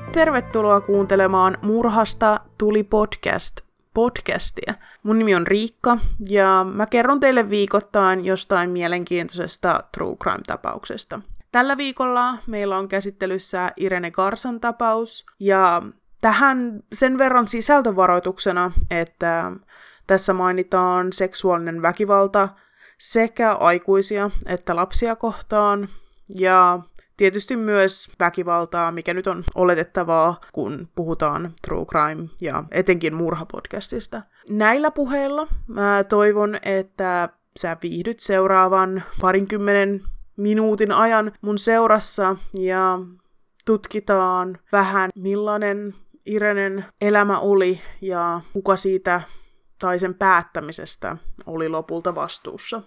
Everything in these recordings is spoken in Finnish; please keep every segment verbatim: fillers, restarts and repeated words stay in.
Tervetuloa kuuntelemaan Murhasta tuli podcast podcastia. Mun nimi on Riikka ja mä kerron teille viikoittain jostain mielenkiintoisesta true crime-tapauksesta. Tällä viikolla meillä on käsittelyssä Irene Garcan tapaus ja tähän sen verran sisältövaroituksena, että tässä mainitaan seksuaalinen väkivalta sekä aikuisia että lapsia kohtaan ja tietysti myös väkivaltaa, mikä nyt on oletettavaa, kun puhutaan true crime ja etenkin murhapodcastista. Näillä puheilla mä toivon, että sä viihdyt seuraavan parinkymmenen minuutin ajan mun seurassa ja tutkitaan vähän, millainen Irenen elämä oli ja kuka siitä tai sen päättämisestä oli lopulta vastuussa.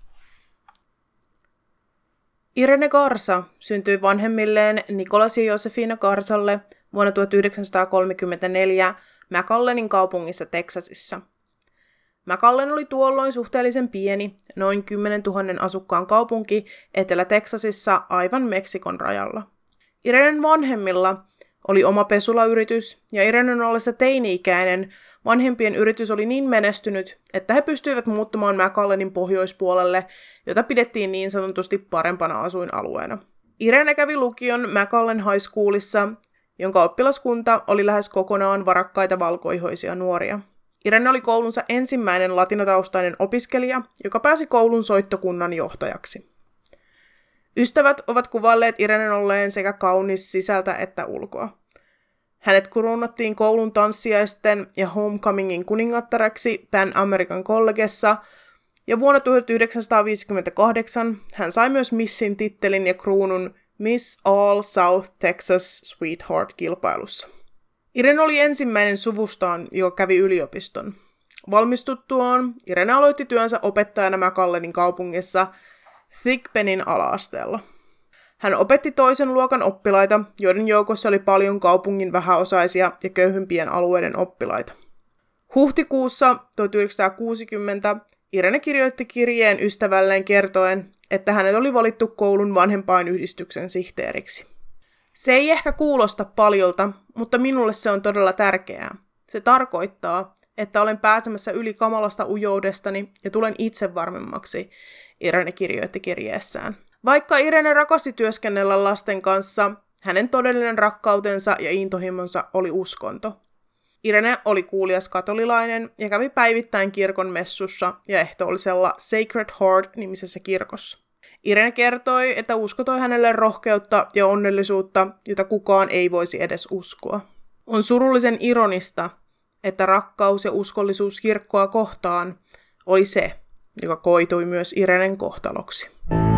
Irene Garza syntyi vanhemmilleen Nicolas ja Josefina Garzalle vuonna tuhatyhdeksänsataakolmekymmentäneljä McAllenin kaupungissa Teksasissa. McAllen oli tuolloin suhteellisen pieni, noin kymmenentuhannen asukkaan kaupunki Etelä-Teksasissa aivan Meksikon rajalla. Irenen vanhemmilla oli oma pesulayritys ja Irenen ollessa teini-ikäinen vanhempien yritys oli niin menestynyt, että he pystyivät muuttamaan McAllenin pohjoispuolelle, jota pidettiin niin sanotusti parempana asuinalueena. Irene kävi lukion McAllen High Schoolissa, jonka oppilaskunta oli lähes kokonaan varakkaita valkoihoisia nuoria. Irene oli koulunsa ensimmäinen latinotaustainen opiskelija, joka pääsi koulun soittokunnan johtajaksi. Ystävät ovat kuvailleet Irenen olleen sekä kaunis sisältä että ulkoa. Hänet kruunattiin koulun tanssiaisten ja homecomingin kuningattareksi Pan American Collegessa, ja vuonna tuhatyhdeksänsataaviisikymmentäkahdeksan hän sai myös Missin tittelin ja kruunun Miss All South Texas Sweetheart-kilpailussa. Irene oli ensimmäinen suvustaan, joka kävi yliopiston. Valmistuttuaan Irene aloitti työnsä opettajana McAllenin kaupungissa Thigpenin ala-asteella. Hän opetti toisen luokan oppilaita, joiden joukossa oli paljon kaupungin vähäosaisia ja köyhimpien alueiden oppilaita. Huhtikuussa tuhatyhdeksänsataakuusikymmentä Irene kirjoitti kirjeen ystävälleen kertoen, että hänet oli valittu koulun vanhempainyhdistyksen sihteeriksi. Se ei ehkä kuulosta paljolta, mutta minulle se on todella tärkeää. Se tarkoittaa, että olen pääsemässä yli kamalasta ujoudestani ja tulen itsevarmemmaksi, Irene kirjoitti kirjeessään. Vaikka Irene rakasti työskennellä lasten kanssa, hänen todellinen rakkautensa ja intohimonsa oli uskonto. Irene oli kuulias katolilainen ja kävi päivittäin kirkon messussa ja ehtoollisella Sacred Heart-nimisessä kirkossa. Irene kertoi, että usko toi hänelle rohkeutta ja onnellisuutta, jota kukaan ei voisi edes uskoa. On surullisen ironista, että rakkaus ja uskollisuus kirkkoa kohtaan oli se, joka koitui myös Irenen kohtaloksi.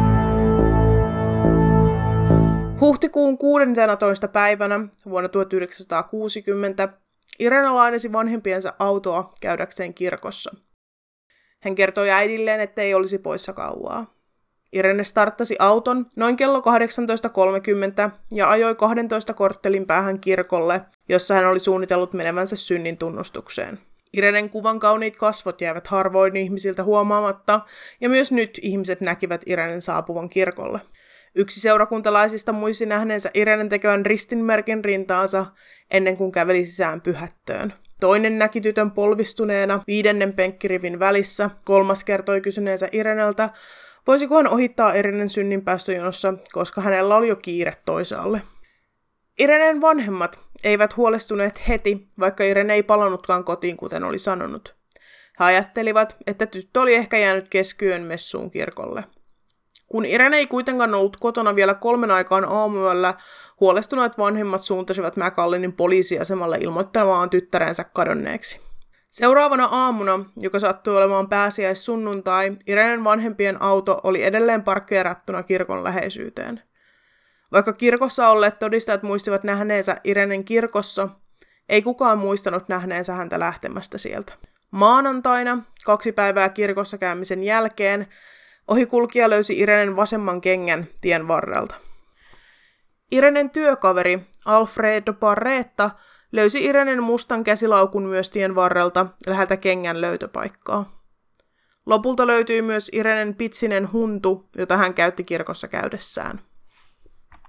Huhtikuun kuudenteenatoista päivänä vuonna tuhatyhdeksänsataakuusikymmentä Irene lainasi vanhempiensa autoa käydäkseen kirkossa. Hän kertoi äidilleen, ettei olisi poissa kauaa. Irene starttasi auton noin kello kahdeksantoista kolmekymmentä ja ajoi kahdentoista korttelin päähän kirkolle, jossa hän oli suunnitellut menevänsä synnin tunnustukseen. Irenen kuvan kauniit kasvot jäivät harvoin ihmisiltä huomaamatta, ja myös nyt ihmiset näkivät Irenen saapuvan kirkolle. Yksi seurakuntalaisista muisti nähneensä Irenen tekevän ristinmerkin rintaansa ennen kuin käveli sisään pyhättöön. Toinen näki tytön polvistuneena viidennen penkkirivin välissä. Kolmas kertoi kysyneensä Ireneltä, voisiko hän ohittaa Irenen synninpäästöjonossa, koska hänellä oli jo kiire toisaalle. Irenen vanhemmat eivät huolestuneet heti, vaikka Irene ei palannutkaan kotiin, kuten oli sanonut. He ajattelivat, että tyttö oli ehkä jäänyt keskiyön messuun kirkolle. Kun Irene ei kuitenkaan ollut kotona vielä kolmen aikaan aamuyöllä, huolestuneet vanhemmat suuntasivat McAllenin poliisiasemalle ilmoittamaan tyttärensä kadonneeksi. Seuraavana aamuna, joka sattui olemaan pääsiäissunnuntai, Irenen vanhempien auto oli edelleen parkkeerattuna kirkon läheisyyteen. Vaikka kirkossa olleet todistajat muistivat nähneensä Irenen kirkossa, ei kukaan muistanut nähneensä häntä lähtemästä sieltä. Maanantaina, kaksi päivää kirkossa käymisen jälkeen, ohikulkija löysi Irenen vasemman kengän tien varrelta. Irenen työkaveri Alfredo Barretta löysi Irenen mustan käsilaukun myös tien varrelta läheltä kengän löytöpaikkaa. Lopulta löytyi myös Irenen pitsinen huntu, jota hän käytti kirkossa käydessään.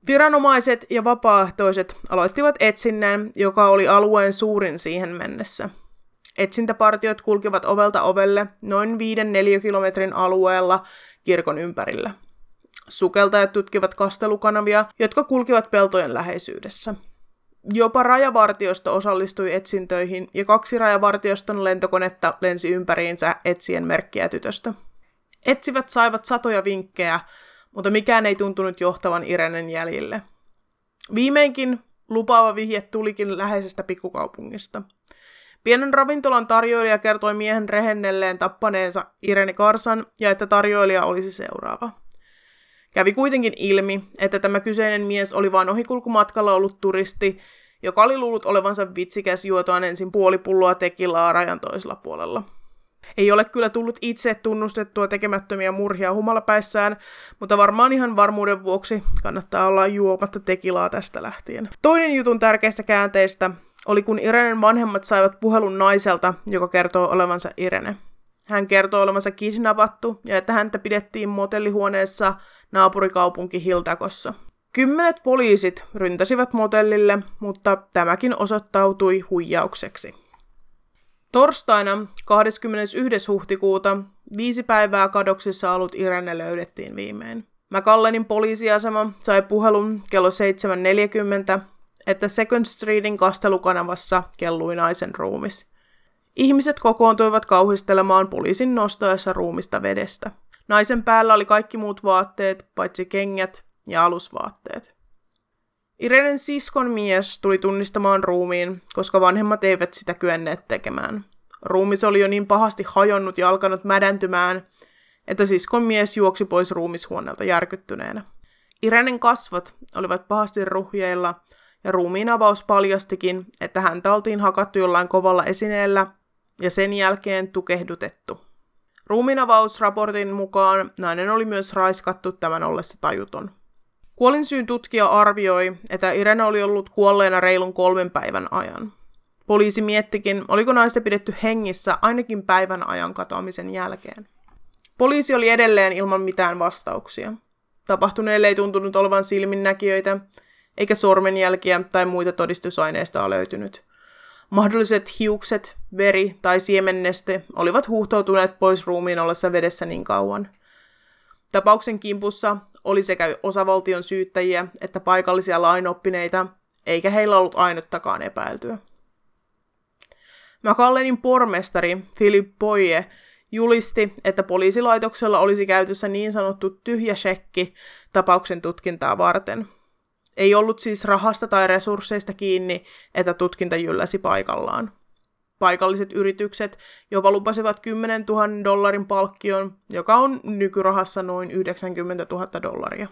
Viranomaiset ja vapaaehtoiset aloittivat etsinnän, joka oli alueen suurin siihen mennessä. Etsintäpartiot kulkivat ovelta ovelle noin viiden neliökilometrin alueella kirkon ympärillä. Sukeltajat tutkivat kastelukanavia, jotka kulkivat peltojen läheisyydessä. Jopa rajavartiosto osallistui etsintöihin ja kaksi rajavartioston lentokonetta lensi ympäriinsä etsien merkkiä tytöstä. Etsivät saivat satoja vinkkejä, mutta mikään ei tuntunut johtavan Irenen jäljille. Viimeinkin lupaava vihje tulikin läheisestä pikkukaupungista. Pienen ravintolan tarjoilija kertoi miehen rehennelleen tappaneensa Irene Garsan ja että tarjoilija olisi seuraava. Kävi kuitenkin ilmi, että tämä kyseinen mies oli vain ohikulkumatkalla ollut turisti, joka oli luullut olevansa vitsikäs juotuaan ensin puoli pulloa tekilaa rajan toisella puolella. Ei ole kyllä tullut itse tunnustettua tekemättömiä murhia humalapäissään, mutta varmaan ihan varmuuden vuoksi kannattaa olla juomatta tekilaa tästä lähtien. Toinen jutun tärkeistä käänteistä oli, kun Irenen vanhemmat saivat puhelun naiselta, joka kertoo olevansa Irene. Hän kertoo olevansa kidnappattu ja että häntä pidettiin motellihuoneessa naapurikaupunki Hildakossa. Kymmenet poliisit ryntäsivät motellille, mutta tämäkin osoittautui huijaukseksi. Torstaina kahdeskymmenesensimmäinen huhtikuuta viisi päivää kadoksissa ollut Irene löydettiin viimein. McAllenin poliisiasema sai puhelun kello seitsemän neljäkymmentä, että Second Streetin kastelukanavassa kellui naisen ruumis. Ihmiset kokoontuivat kauhistelemaan poliisin nostaessa ruumista vedestä. Naisen päällä oli kaikki muut vaatteet, paitsi kengät ja alusvaatteet. Irenen siskon mies tuli tunnistamaan ruumiin, koska vanhemmat eivät sitä kyenneet tekemään. Ruumis oli jo niin pahasti hajonnut ja alkanut mädäntymään, että siskon mies juoksi pois ruumishuoneelta järkyttyneenä. Irenen kasvot olivat pahasti ruhjeilla, ja ruumiin avaus paljastikin, että häntä oltiin hakattu jollain kovalla esineellä ja sen jälkeen tukehdutettu. Ruumiinavausraportin mukaan nainen oli myös raiskattu tämän ollessa tajuton. Kuolinsyyn tutkija arvioi, että Irene oli ollut kuolleena reilun kolmen päivän ajan. Poliisi miettikin, oliko naista pidetty hengissä ainakin päivän ajan katoamisen jälkeen. Poliisi oli edelleen ilman mitään vastauksia. Tapahtuneelle ei tuntunut olevan silminnäkijöitä, eikä sormenjälkiä tai muita todistusaineistoa löytynyt. Mahdolliset hiukset, veri tai siemenneste olivat huuhtoutuneet pois ruumiin ollessa vedessä niin kauan. Tapauksen kimpussa oli sekä osavaltion syyttäjiä että paikallisia lainoppineita, eikä heillä ollut ainuttakaan epäiltyä. McAllenin pormestari Philip Boye julisti, että poliisilaitoksella olisi käytössä niin sanottu tyhjä shekki tapauksen tutkintaa varten. Ei ollut siis rahasta tai resursseista kiinni, että tutkinta jylläsi paikallaan. Paikalliset yritykset jopa lupasivat kymmenentuhatta dollarin palkkion, joka on nykyrahassa noin yhdeksänkymmentätuhatta dollaria.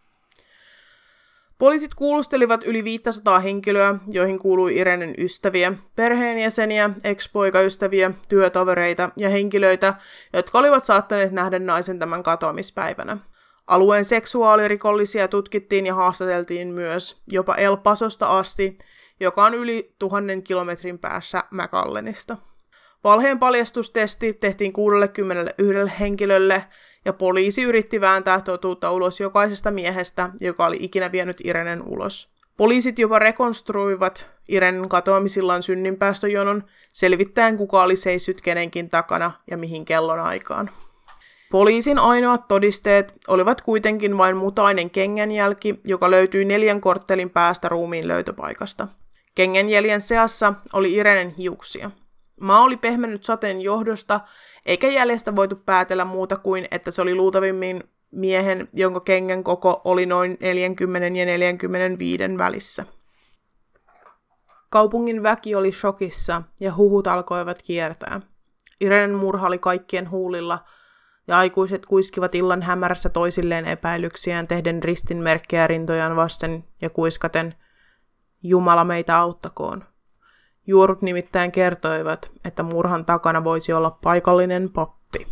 Poliisit kuulustelivat yli viisisataa henkilöä, joihin kuului Irenen ystäviä, perheenjäseniä, ex-poikaystäviä, työtovereita ja henkilöitä, jotka olivat saattaneet nähdä naisen tämän katoamispäivänä. Alueen seksuaalirikollisia tutkittiin ja haastateltiin myös jopa El Pasosta asti, joka on yli tuhannen kilometrin päässä McAllenista. Valheen paljastustesti tehtiin kuusikymmentäyksi henkilölle, ja poliisi yritti vääntää totuutta ulos jokaisesta miehestä, joka oli ikinä vienyt Irenen ulos. Poliisit jopa rekonstruivat Irenen katoamisillaan synninpäästöjonon, selvittäen kuka oli seissyt kenenkin takana ja mihin kellonaikaan. Poliisin ainoat todisteet olivat kuitenkin vain mutainen kengänjälki, joka löytyi neljän korttelin päästä ruumiin löytöpaikasta. Kengänjäljen seassa oli Irenen hiuksia. Maa oli pehmennyt sateen johdosta, eikä jäljestä voitu päätellä muuta kuin, että se oli luultavimmin miehen, jonka kengän koko oli noin neljäkymmentä ja neljäkymmentäviisi välissä. Kaupungin väki oli shokissa ja huhut alkoivat kiertää. Irenen murha oli kaikkien huulilla, ja aikuiset kuiskivat illan hämärässä toisilleen epäilyksiään tehden ristinmerkkejä rintojaan vasten ja kuiskaten, Jumala meitä auttakoon. Juorut nimittäin kertoivat, että murhan takana voisi olla paikallinen pappi.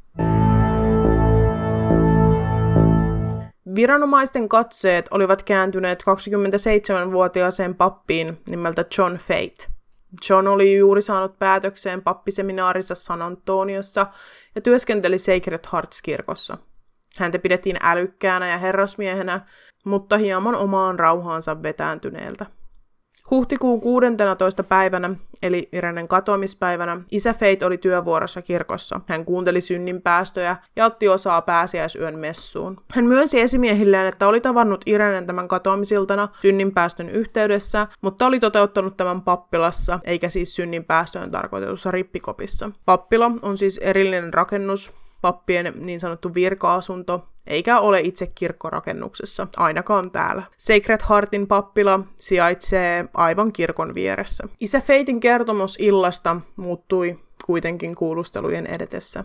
Viranomaisten katseet olivat kääntyneet kaksikymmentäseitsemänvuotiaaseen pappiin nimeltä John Fate. John oli juuri saanut päätökseen pappiseminaarissa San Antoniossa ja työskenteli Sacred Hearts-kirkossa. Häntä pidettiin älykkäänä ja herrasmiehenä, mutta hieman omaan rauhaansa vetääntyneeltä. Huhtikuun kuudentenatoista päivänä, eli Irenen katoamispäivänä, isä Faith oli työvuorossa kirkossa. Hän kuunteli synninpäästöjä ja otti osaa pääsiäisyön messuun. Hän myönsi esimiehilleen, että oli tavannut Irenen tämän katoamisiltana synninpäästön yhteydessä, mutta oli toteuttanut tämän pappilassa, eikä siis synninpäästöön tarkoitetussa rippikopissa. Pappila on siis erillinen rakennus, pappien niin sanottu virka-asunto, eikä ole itse kirkkorakennuksessa, ainakaan täällä. Sacred Heartin pappila sijaitsee aivan kirkon vieressä. Isä Faithin kertomus illasta muuttui kuitenkin kuulustelujen edetessä.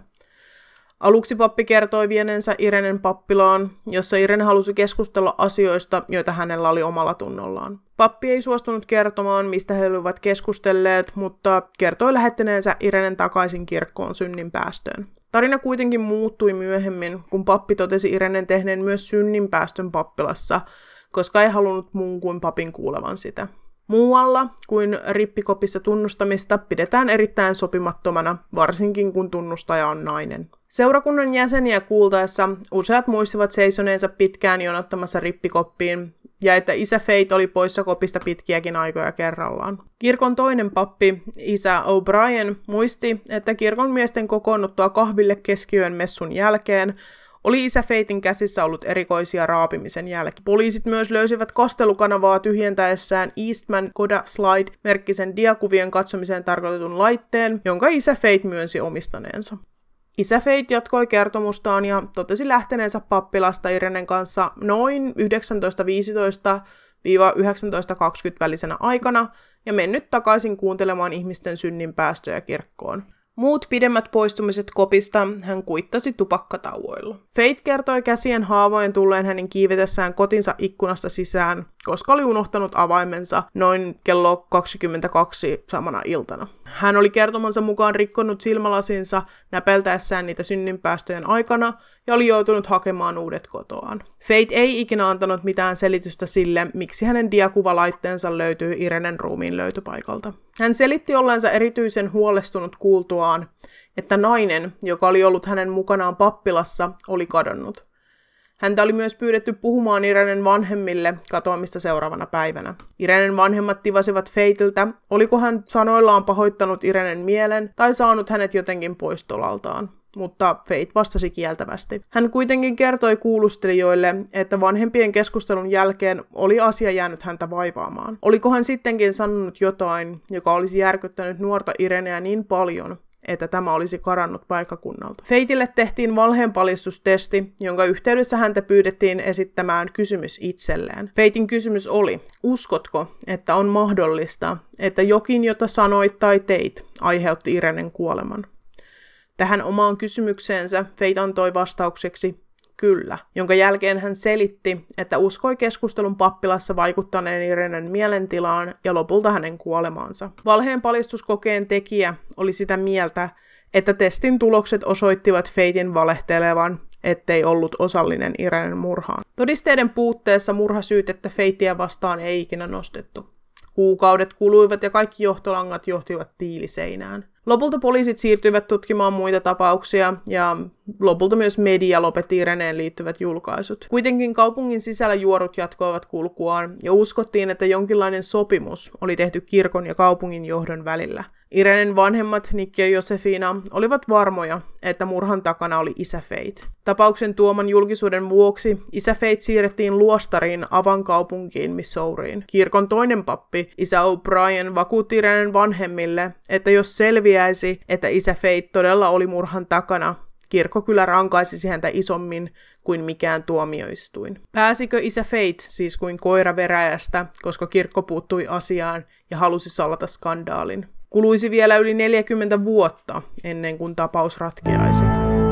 Aluksi pappi kertoi vienensä Irenen pappilaan, jossa Irene halusi keskustella asioista, joita hänellä oli omalla tunnollaan. Pappi ei suostunut kertomaan, mistä he olivat keskustelleet, mutta kertoi lähettäneensä Irenen takaisin kirkkoon synninpäästöön. Tarina kuitenkin muuttui myöhemmin, kun pappi totesi Irenen tehneen myös synninpäästön pappilassa, koska ei halunnut muun kuin papin kuulevan sitä. Muualla kuin rippikopissa tunnustamista pidetään erittäin sopimattomana, varsinkin kun tunnustaja on nainen. Seurakunnan jäseniä kuultaessa useat muistivat seisoneensa pitkään jonottamassa rippikoppiin, ja että isä Faith oli poissa kopista pitkiäkin aikoja kerrallaan. Kirkon toinen pappi, isä O'Brien, muisti, että kirkon miesten kokoonnuttua kahville keskiyön messun jälkeen oli isä Faithin käsissä ollut erikoisia raapimisen jälki. Poliisit myös löysivät kastelukanavaa tyhjentäessään Eastman Koda Slide-merkkisen diakuvien katsomiseen tarkoitetun laitteen, jonka isä Faith myönsi omistaneensa. Isä Faith jatkoi kertomustaan ja totesi lähteneensä pappilasta Irenen kanssa noin yhdeksäntoista viisitoista yhdeksäntoista kaksikymmentä välisenä aikana ja mennyt takaisin kuuntelemaan ihmisten synninpäästöjä kirkkoon. Muut pidemmät poistumiset kopista hän kuittasi tupakkatauoilla. Faith kertoi käsien haavojen tulleen hänen kiivetessään kotinsa ikkunasta sisään, koska oli unohtanut avaimensa noin kello kaksikymmentäkaksi samana iltana. Hän oli kertomansa mukaan rikkonut silmälasinsa näpeltäessään niitä synninpäästöjen aikana ja oli joutunut hakemaan uudet kotoaan. Faith ei ikinä antanut mitään selitystä sille, miksi hänen diakuvalaitteensa löytyy Irenen ruumiin löytöpaikalta. Hän selitti ollensa erityisen huolestunut kuultuaan, että nainen, joka oli ollut hänen mukanaan pappilassa, oli kadonnut. Häntä oli myös pyydetty puhumaan Irenen vanhemmille katoamista seuraavana päivänä. Irenen vanhemmat tivasivat Faithiltä, oliko hän sanoillaan pahoittanut Irenen mielen tai saanut hänet jotenkin pois tolaltaan. Mutta Faith vastasi kieltävästi. Hän kuitenkin kertoi kuulustelijoille, että vanhempien keskustelun jälkeen oli asia jäänyt häntä vaivaamaan. Oliko hän sittenkin sanonut jotain, joka olisi järkyttänyt nuorta Ireneä niin paljon, että tämä olisi karannut paikkakunnalta. Faithille tehtiin valheenpaljastustesti, jonka yhteydessä häntä pyydettiin esittämään kysymys itselleen. Faithin kysymys oli, uskotko, että on mahdollista, että jokin, jota sanoit tai teit, aiheutti Irenen kuoleman? Tähän omaan kysymykseensä Faith antoi vastaukseksi kyllä, jonka jälkeen hän selitti, että uskoi keskustelun pappilassa vaikuttaneen Irenen mielentilaan ja lopulta hänen kuolemaansa. Valheenpaljastuskokeen tekijä oli sitä mieltä, että testin tulokset osoittivat Faithin valehtelevan, ettei ollut osallinen Irenen murhaan. Todisteiden puutteessa murhasyytettä Faithia vastaan ei ikinä nostettu. Kuukaudet kuluivat ja kaikki johtolangat johtivat tiiliseinään. Lopulta poliisit siirtyivät tutkimaan muita tapauksia ja lopulta myös media lopetti Ireneen liittyvät julkaisut. Kuitenkin kaupungin sisällä juorut jatkoivat kulkuaan ja uskottiin, että jonkinlainen sopimus oli tehty kirkon ja kaupungin johdon välillä. Irenen vanhemmat Nick ja Josefina olivat varmoja, että murhan takana oli isä Faith. Tapauksen tuoman julkisuuden vuoksi isä Faith siirrettiin luostariin avankaupunkiin Missouriin. Kirkon toinen pappi, isä O'Brien, vakuutti Irenen vanhemmille, että jos selviäisi, että isä Faith todella oli murhan takana, kirkko kyllä rankaisisi häntä isommin kuin mikään tuomioistuin. Pääsikö isä Faith siis kuin koira veräjästä, koska kirkko puuttui asiaan ja halusi salata skandaalin? Kuluisi vielä yli neljäkymmentä vuotta ennen kuin tapaus ratkeaisi.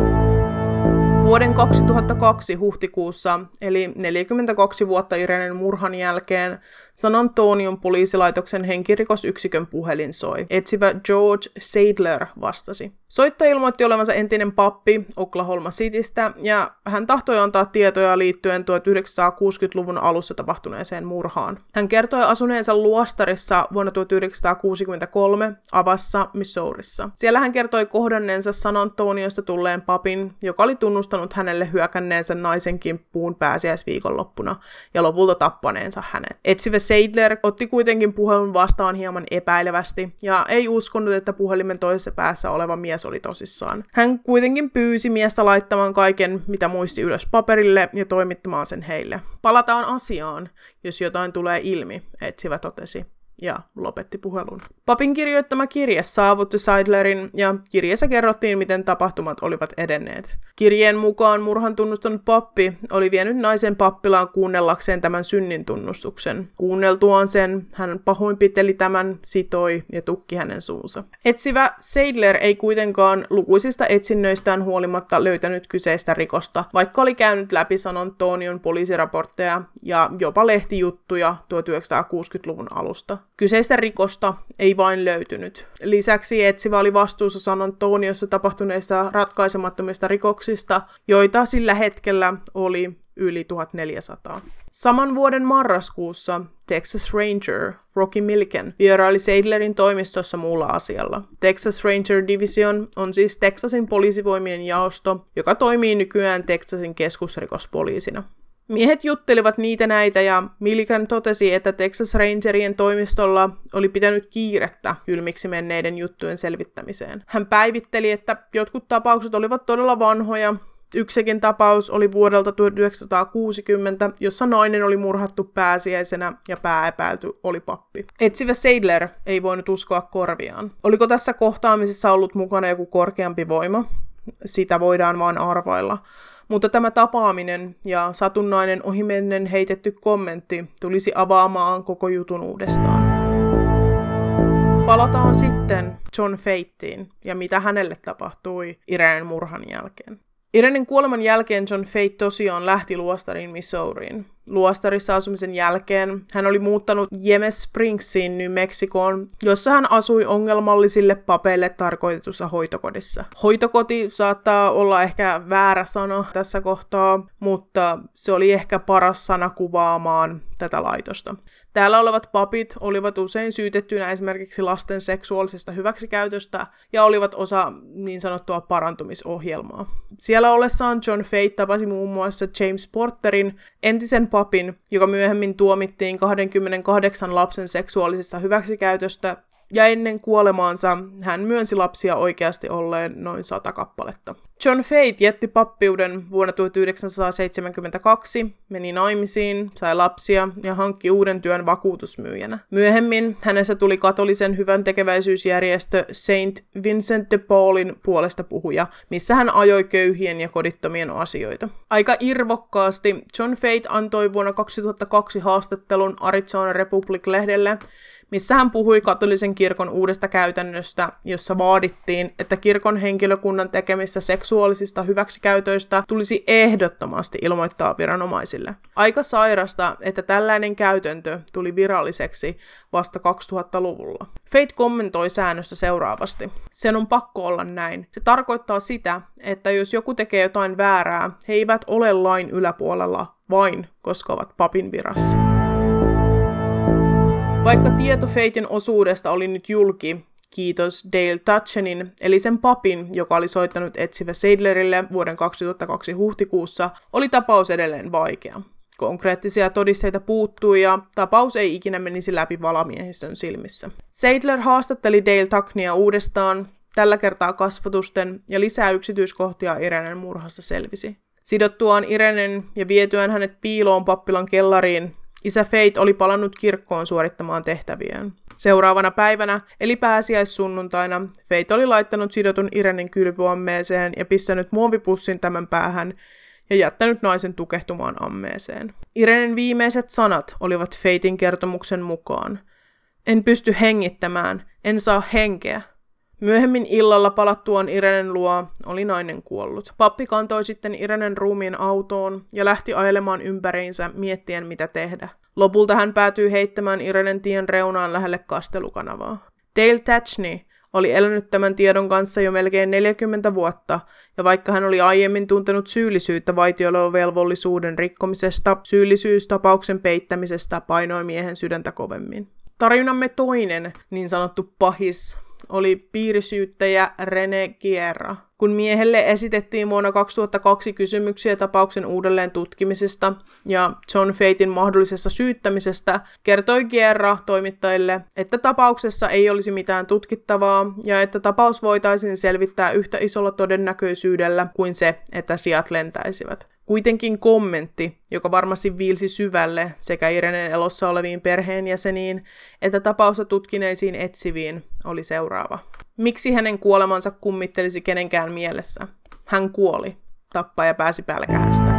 Vuoden kaksituhattakaksi huhtikuussa, eli neljäkymmentäkaksi vuotta Irenen murhan jälkeen, San Antonion poliisilaitoksen henkirikosyksikön puhelin soi. Etsivä George Sadler vastasi. Soittaja ilmoitti olevansa entinen pappi Oklahoma Citystä, ja hän tahtoi antaa tietoja liittyen tuhatyhdeksänsataakuusikymmentäluvun alussa tapahtuneeseen murhaan. Hän kertoi asuneensa luostarissa vuonna tuhatyhdeksänsataakuusikymmentäkolme Avassa, Missourissa. Siellä hän kertoi kohdanneensa San Antoniosta tulleen papin, joka oli tunnustanut kertonut hänelle hyökänneensä naisen kimppuun pääsiäisviikonloppuna ja lopulta tappaneensa hänet. Etsivä Seidler otti kuitenkin puhelun vastaan hieman epäilevästi ja ei uskonut, että puhelimen toisessa päässä oleva mies oli tosissaan. Hän kuitenkin pyysi miestä laittamaan kaiken, mitä muisti ylös paperille ja toimittamaan sen heille. Palataan asiaan, jos jotain tulee ilmi, etsivä totesi. Ja lopetti puhelun. Papin kirjoittama kirje saavutti Seidlerin ja kirjeessä kerrottiin, miten tapahtumat olivat edenneet. Kirjeen mukaan murhan tunnustanut pappi oli vienyt naisen pappilaan kuunnellakseen tämän synnin tunnustuksen. Kuunneltuaan sen, hän pahoinpiteli tämän, sitoi ja tukki hänen suunsa. Etsivä Seidler ei kuitenkaan lukuisista etsinnöistään huolimatta löytänyt kyseistä rikosta, vaikka oli käynyt läpi San Antonion poliisiraportteja ja jopa lehtijuttuja tuhatyhdeksänsataakuusikymmentäluvun alusta. Kyseistä rikosta ei vain löytynyt. Lisäksi etsivä oli vastuussa San Antoniossa tapahtuneista ratkaisemattomista rikoksista, joita sillä hetkellä oli yli tuhatneljäsataa. Saman vuoden marraskuussa Texas Ranger Rocky Milliken vieraili Seidlerin toimistossa muulla asialla. Texas Ranger Division on siis Texasin poliisivoimien jaosto, joka toimii nykyään Texasin keskusrikospoliisina. Miehet juttelivat niitä näitä ja Milliken totesi, että Texas Rangerien toimistolla oli pitänyt kiirettä kylmiksi menneiden juttujen selvittämiseen. Hän päivitteli, että jotkut tapaukset olivat todella vanhoja. Yksikin tapaus oli vuodelta tuhatyhdeksänsataakuusikymmentä, jossa nainen oli murhattu pääsiäisenä ja pääepäilty oli pappi. Etsivä Seidler ei voinut uskoa korviaan. Oliko tässä kohtaamisessa ollut mukana joku korkeampi voima? Sitä voidaan vaan arvailla. Mutta tämä tapaaminen ja satunnainen ohimennen heitetty kommentti tulisi avaamaan koko jutun uudestaan. Palataan sitten John Feitiin ja mitä hänelle tapahtui Irenen murhan jälkeen. Irenen kuoleman jälkeen John Fate tosiaan lähti luostariin Missouriin. Luostarissa asumisen jälkeen hän oli muuttanut Yemes Springsiin New Mexicoon, jossa hän asui ongelmallisille papeille tarkoitetussa hoitokodissa. Hoitokoti saattaa olla ehkä väärä sana tässä kohtaa, mutta se oli ehkä paras sana kuvaamaan tätä laitosta. Täällä olevat papit olivat usein syytettyinä esimerkiksi lasten seksuaalisesta hyväksikäytöstä ja olivat osa niin sanottua parantumisohjelmaa. Siellä ollessaan John Fate tapasi muun muassa James Porterin, entisen papin, joka myöhemmin tuomittiin kaksikymmentäkahdeksan lapsen seksuaalisesta hyväksikäytöstä, ja ennen kuolemaansa hän myönsi lapsia oikeasti olleen noin sata kappaletta. John Fate jätti pappiuden vuonna tuhatyhdeksänsataaseitsemänkymmentäkaksi, meni naimisiin, sai lapsia ja hankki uuden työn vakuutusmyyjänä. Myöhemmin hänestä tuli katolisen hyväntekeväisyysjärjestö Saint Vincent de Paulin puolesta puhuja, missä hän ajoi köyhien ja kodittomien asioita. Aika irvokkaasti John Fate antoi vuonna kaksituhattakaksi haastattelun Arizona Republic-lehdelle, missä hän puhui katolisen kirkon uudesta käytännöstä, jossa vaadittiin, että kirkon henkilökunnan tekemistä seksuaalisista hyväksikäytöistä tulisi ehdottomasti ilmoittaa viranomaisille. Aika sairasta, että tällainen käytäntö tuli viralliseksi vasta kaksituhattaluvulla. Fate kommentoi säännöstä seuraavasti. Sen on pakko olla näin. Se tarkoittaa sitä, että jos joku tekee jotain väärää, he eivät ole lain yläpuolella vain, koska ovat papin virassa. Vaikka tieto Faten osuudesta oli nyt julki, kiitos Dale Tutchenin, eli sen papin, joka oli soittanut etsivä Seidlerille vuoden kaksituhattakaksi huhtikuussa, oli tapaus edelleen vaikea. Konkreettisia todisteita puuttui ja tapaus ei ikinä menisi läpi valamiehistön silmissä. Seidler haastatteli Dale Tuchnia uudestaan, tällä kertaa kasvatusten ja lisää yksityiskohtia Irenen murhassa selvisi. Sidottuaan Irenen ja vietyään hänet piiloon pappilan kellariin, isä Fate oli palannut kirkkoon suorittamaan tehtäviään. Seuraavana päivänä, eli pääsiäissunnuntaina, Fate oli laittanut sidotun Irenen kylpyammeeseen ja pistänyt muovipussin tämän päähän ja jättänyt naisen tukehtumaan ammeeseen. Irenen viimeiset sanat olivat Faten kertomuksen mukaan. En pysty hengittämään, en saa henkeä. Myöhemmin illalla palattuaan Irenen luo oli nainen kuollut. Pappi kantoi sitten Irenen ruumiin autoon ja lähti ajelemaan ympäriinsä miettien mitä tehdä. Lopulta hän päätyi heittämään Irenen tien reunaan lähelle kastelukanavaa. Dale Tutchney oli elänyt tämän tiedon kanssa jo melkein neljäkymmentä vuotta, ja vaikka hän oli aiemmin tuntenut syyllisyyttä vaitiolovelvollisuuden rikkomisesta, syyllisyys tapauksen peittämisestä painoi miehen sydäntä kovemmin. Tarinamme toinen, niin sanottu pahis, oli piirisyyttäjä René Guerra. Kun miehelle esitettiin vuonna kaksituhattakaksi kysymyksiä tapauksen uudelleen tutkimisesta ja John Faithin mahdollisesta syyttämisestä, kertoi Guerra toimittajille, että tapauksessa ei olisi mitään tutkittavaa ja että tapaus voitaisiin selvittää yhtä isolla todennäköisyydellä kuin se, että siat lentäisivät. Kuitenkin kommentti, joka varmasti viilsi syvälle sekä Ireneen elossa oleviin perheenjäseniin että tapausta tutkineisiin etsiviin, oli seuraava. Miksi hänen kuolemansa kummittelisi kenenkään mielessä? Hän kuoli. Tappaja pääsi pälkähästä.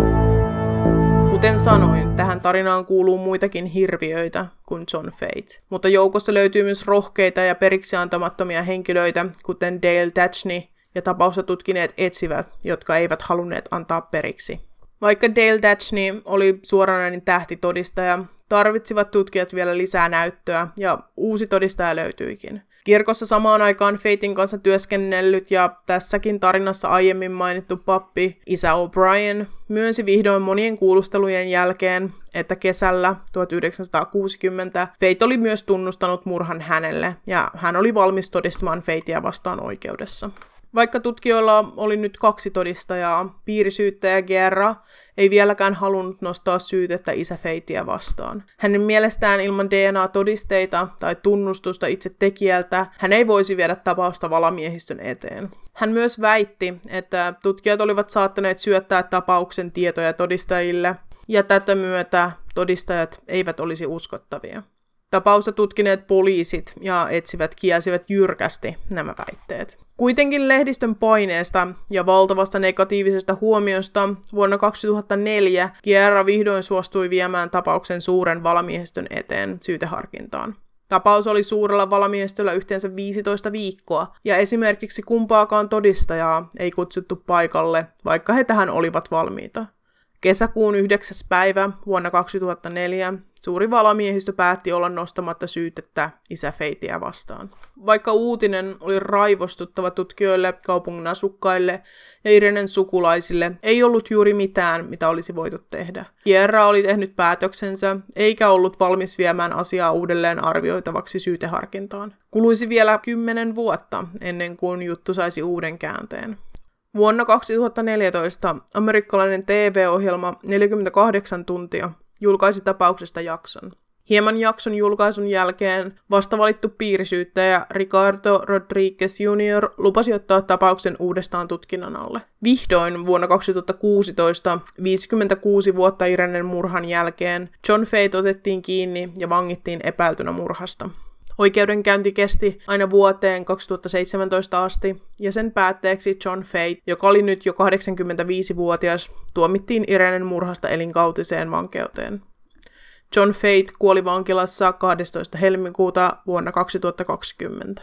Kuten sanoin, tähän tarinaan kuuluu muitakin hirviöitä kuin John Fate, mutta joukossa löytyy myös rohkeita ja periksi antamattomia henkilöitä, kuten Dale Datchney ja tapausta tutkineet etsivät, jotka eivät halunneet antaa periksi. Vaikka Dale Datchney oli suoranainen tähtitodistaja, tarvitsivat tutkijat vielä lisää näyttöä ja uusi todistaja löytyikin. Kirkossa samaan aikaan Faithin kanssa työskennellyt ja tässäkin tarinassa aiemmin mainittu pappi isä O'Brien myönsi vihdoin monien kuulustelujen jälkeen, että kesällä tuhatyhdeksänsataakuusikymmentä Fate oli myös tunnustanut murhan hänelle ja hän oli valmis todistamaan Faithia vastaan oikeudessa. Vaikka tutkijoilla oli nyt kaksi todistajaa, piirisyyttäjä Guerra ei vieläkään halunnut nostaa syytettä isä Faithia vastaan. Hänen mielestään ilman D N A-todisteita tai tunnustusta itse tekijältä hän ei voisi viedä tapausta valamiehistön eteen. Hän myös väitti, että tutkijat olivat saattaneet syöttää tapauksen tietoja todistajille, ja tätä myötä todistajat eivät olisi uskottavia. Tapausta tutkineet poliisit ja etsivät kielsivät jyrkästi nämä väitteet. Kuitenkin lehdistön paineesta ja valtavasta negatiivisesta huomiosta vuonna kaksituhattaneljä Guerra vihdoin suostui viemään tapauksen suuren valamiehistön eteen syyteharkintaan. Tapaus oli suurella valamiehistöllä yhteensä viisitoista viikkoa, ja esimerkiksi kumpaakaan todistajaa ei kutsuttu paikalle, vaikka he tähän olivat valmiita. Kesäkuun yhdeksäs päivä vuonna kaksituhattaneljä suuri valamiehistö päätti olla nostamatta syytettä isä Faithia vastaan. Vaikka uutinen oli raivostuttava tutkijoille, kaupungin asukkaille ja Irenen sukulaisille, ei ollut juuri mitään, mitä olisi voitu tehdä. Guerra oli tehnyt päätöksensä, eikä ollut valmis viemään asiaa uudelleen arvioitavaksi syyteharkintaan. Kuluisi vielä kymmenen vuotta ennen kuin juttu saisi uuden käänteen. Vuonna kaksituhattaneljätoista amerikkalainen T V-ohjelma neljäkymmentäkahdeksan tuntia julkaisi tapauksesta jakson. Hieman jakson julkaisun jälkeen vastavalittu piirisyyttäjä Ricardo Rodriguez junior lupasi ottaa tapauksen uudestaan tutkinnan alle. Vihdoin vuonna kaksituhattakuusitoista, viisikymmentäkuusi vuotta Irenen murhan jälkeen, John Fate otettiin kiinni ja vangittiin epäiltynä murhasta. Oikeudenkäynti kesti aina vuoteen kaksituhattaseitsemäntoista asti, ja sen päätteeksi John Fate, joka oli nyt jo kahdeksankymmentäviisivuotias, tuomittiin Irenen murhasta elinkautiseen vankeuteen. John Fate kuoli vankilassa kahdestoista helmikuuta vuonna kaksituhattakaksikymmentä.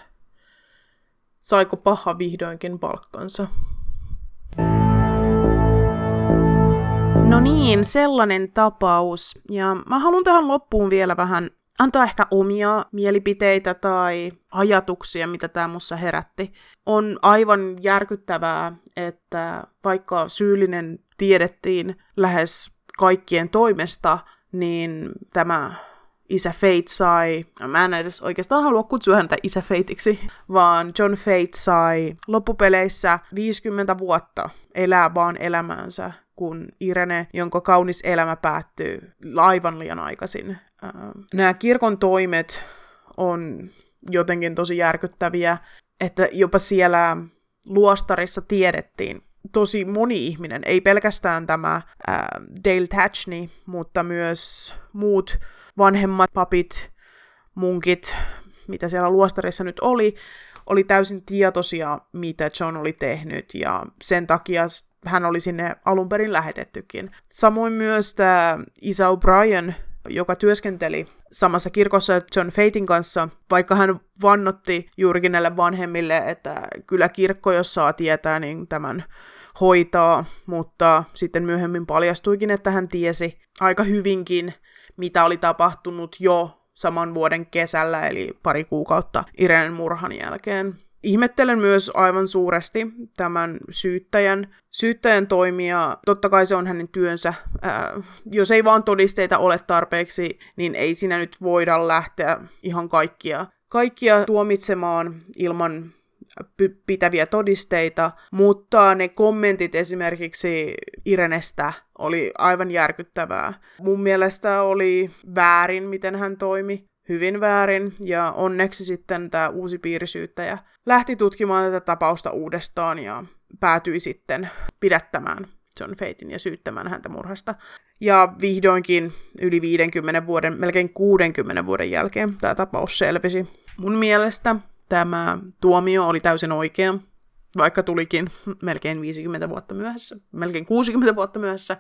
Saiko paha vihdoinkin palkkansa? No niin, sellainen tapaus. Ja mä haluan tähän loppuun vielä vähän antaa ehkä omia mielipiteitä tai ajatuksia, mitä tämä mussa herätti. On aivan järkyttävää, että vaikka syyllinen tiedettiin lähes kaikkien toimesta, niin tämä isä Fate sai, mä en edes oikeastaan halua kutsua häntä isä Fateiksi, vaan John Fate sai loppupeleissä viisikymmentä vuotta elää vaan elämäänsä, kun Irene, jonka kaunis elämä päättyy aivan liian aikaisin. Nämä kirkon toimet on jotenkin tosi järkyttäviä, että jopa siellä luostarissa tiedettiin tosi moni ihminen, ei pelkästään tämä ää, Dale Datchney, mutta myös muut vanhemmat papit, munkit, mitä siellä luostarissa nyt oli, oli täysin tietoisia, mitä John oli tehnyt, ja sen takia hän oli sinne alun perin lähetettykin. Samoin myös tämä isä O'Brien, joka työskenteli samassa kirkossa John Faithin kanssa, vaikka hän vannotti juurikin näille vanhemmille, että kyllä kirkko, jos saa tietää, niin tämän hoitaa, mutta sitten myöhemmin paljastuikin, että hän tiesi aika hyvinkin, mitä oli tapahtunut jo saman vuoden kesällä, eli pari kuukautta Irenen murhan jälkeen. Ihmettelen myös aivan suuresti tämän syyttäjän, syyttäjän toimia. Totta kai se on hänen työnsä. Ää, jos ei vaan todisteita ole tarpeeksi, niin ei siinä nyt voida lähteä ihan kaikkia, kaikkia tuomitsemaan ilman p- pitäviä todisteita, mutta ne kommentit esimerkiksi Irenestä oli aivan järkyttävää. Mun mielestä oli väärin, miten hän toimi. Hyvin väärin, ja onneksi sitten tämä uusi piirisyyttäjä lähti tutkimaan tätä tapausta uudestaan ja päätyi sitten pidättämään John Faithin ja syyttämään häntä murhasta. Ja vihdoinkin yli viidenkymmenen vuoden, melkein kuudenkymmenen vuoden jälkeen tämä tapaus selvisi. Mun mielestä tämä tuomio oli täysin oikea, vaikka tulikin melkein viisikymmentä vuotta myöhässä, melkein kuusikymmentä vuotta myöhässä.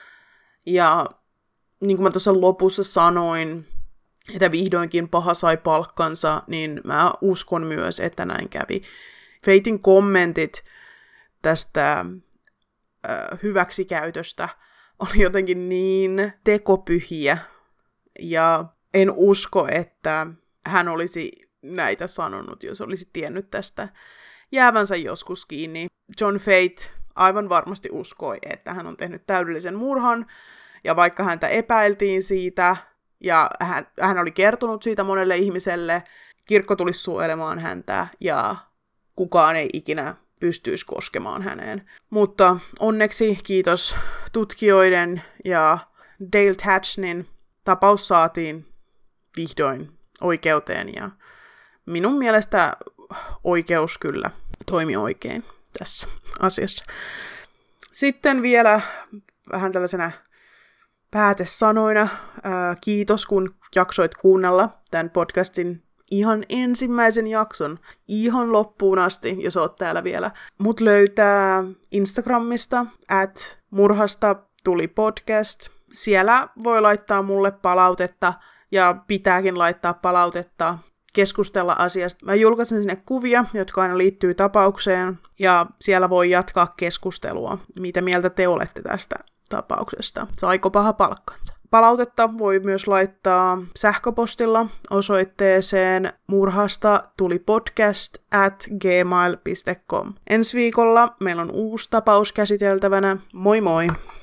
Ja niin kuin mä tuossa lopussa sanoin, että vihdoinkin paha sai palkkansa, niin mä uskon myös, että näin kävi. Faithin kommentit tästä äh, hyväksikäytöstä oli jotenkin niin tekopyhiä, ja en usko, että hän olisi näitä sanonut, jos olisi tiennyt tästä jäävänsä joskus kiinni. John Fate aivan varmasti uskoi, että hän on tehnyt täydellisen murhan, ja vaikka häntä epäiltiin siitä, ja hän, hän oli kertonut siitä monelle ihmiselle, kirkko tulisi suojelemaan häntä, ja kukaan ei ikinä pystyisi koskemaan häneen. Mutta onneksi, kiitos tutkijoiden ja Dale Tatchnin, tapaus saatiin vihdoin oikeuteen, ja minun mielestä oikeus kyllä toimi oikein tässä asiassa. Sitten vielä vähän tällaisena päätesanoina, ää, kiitos kun jaksoit kuunnella tämän podcastin ihan ensimmäisen jakson ihan loppuun asti, jos oot täällä vielä. Mut löytää Instagramista at murhasta tuli podcast. Siellä voi laittaa mulle palautetta ja pitääkin laittaa palautetta, keskustella asiasta. Mä julkaisen sinne kuvia, jotka aina liittyy tapaukseen, ja siellä voi jatkaa keskustelua, mitä mieltä te olette tästä tapauksesta. Saiko paha palkkansa? Palautetta voi myös laittaa sähköpostilla osoitteeseen murhasta tuli podcast at gmail piste com. Ensi viikolla meillä on uusi tapaus käsiteltävänä. Moi moi!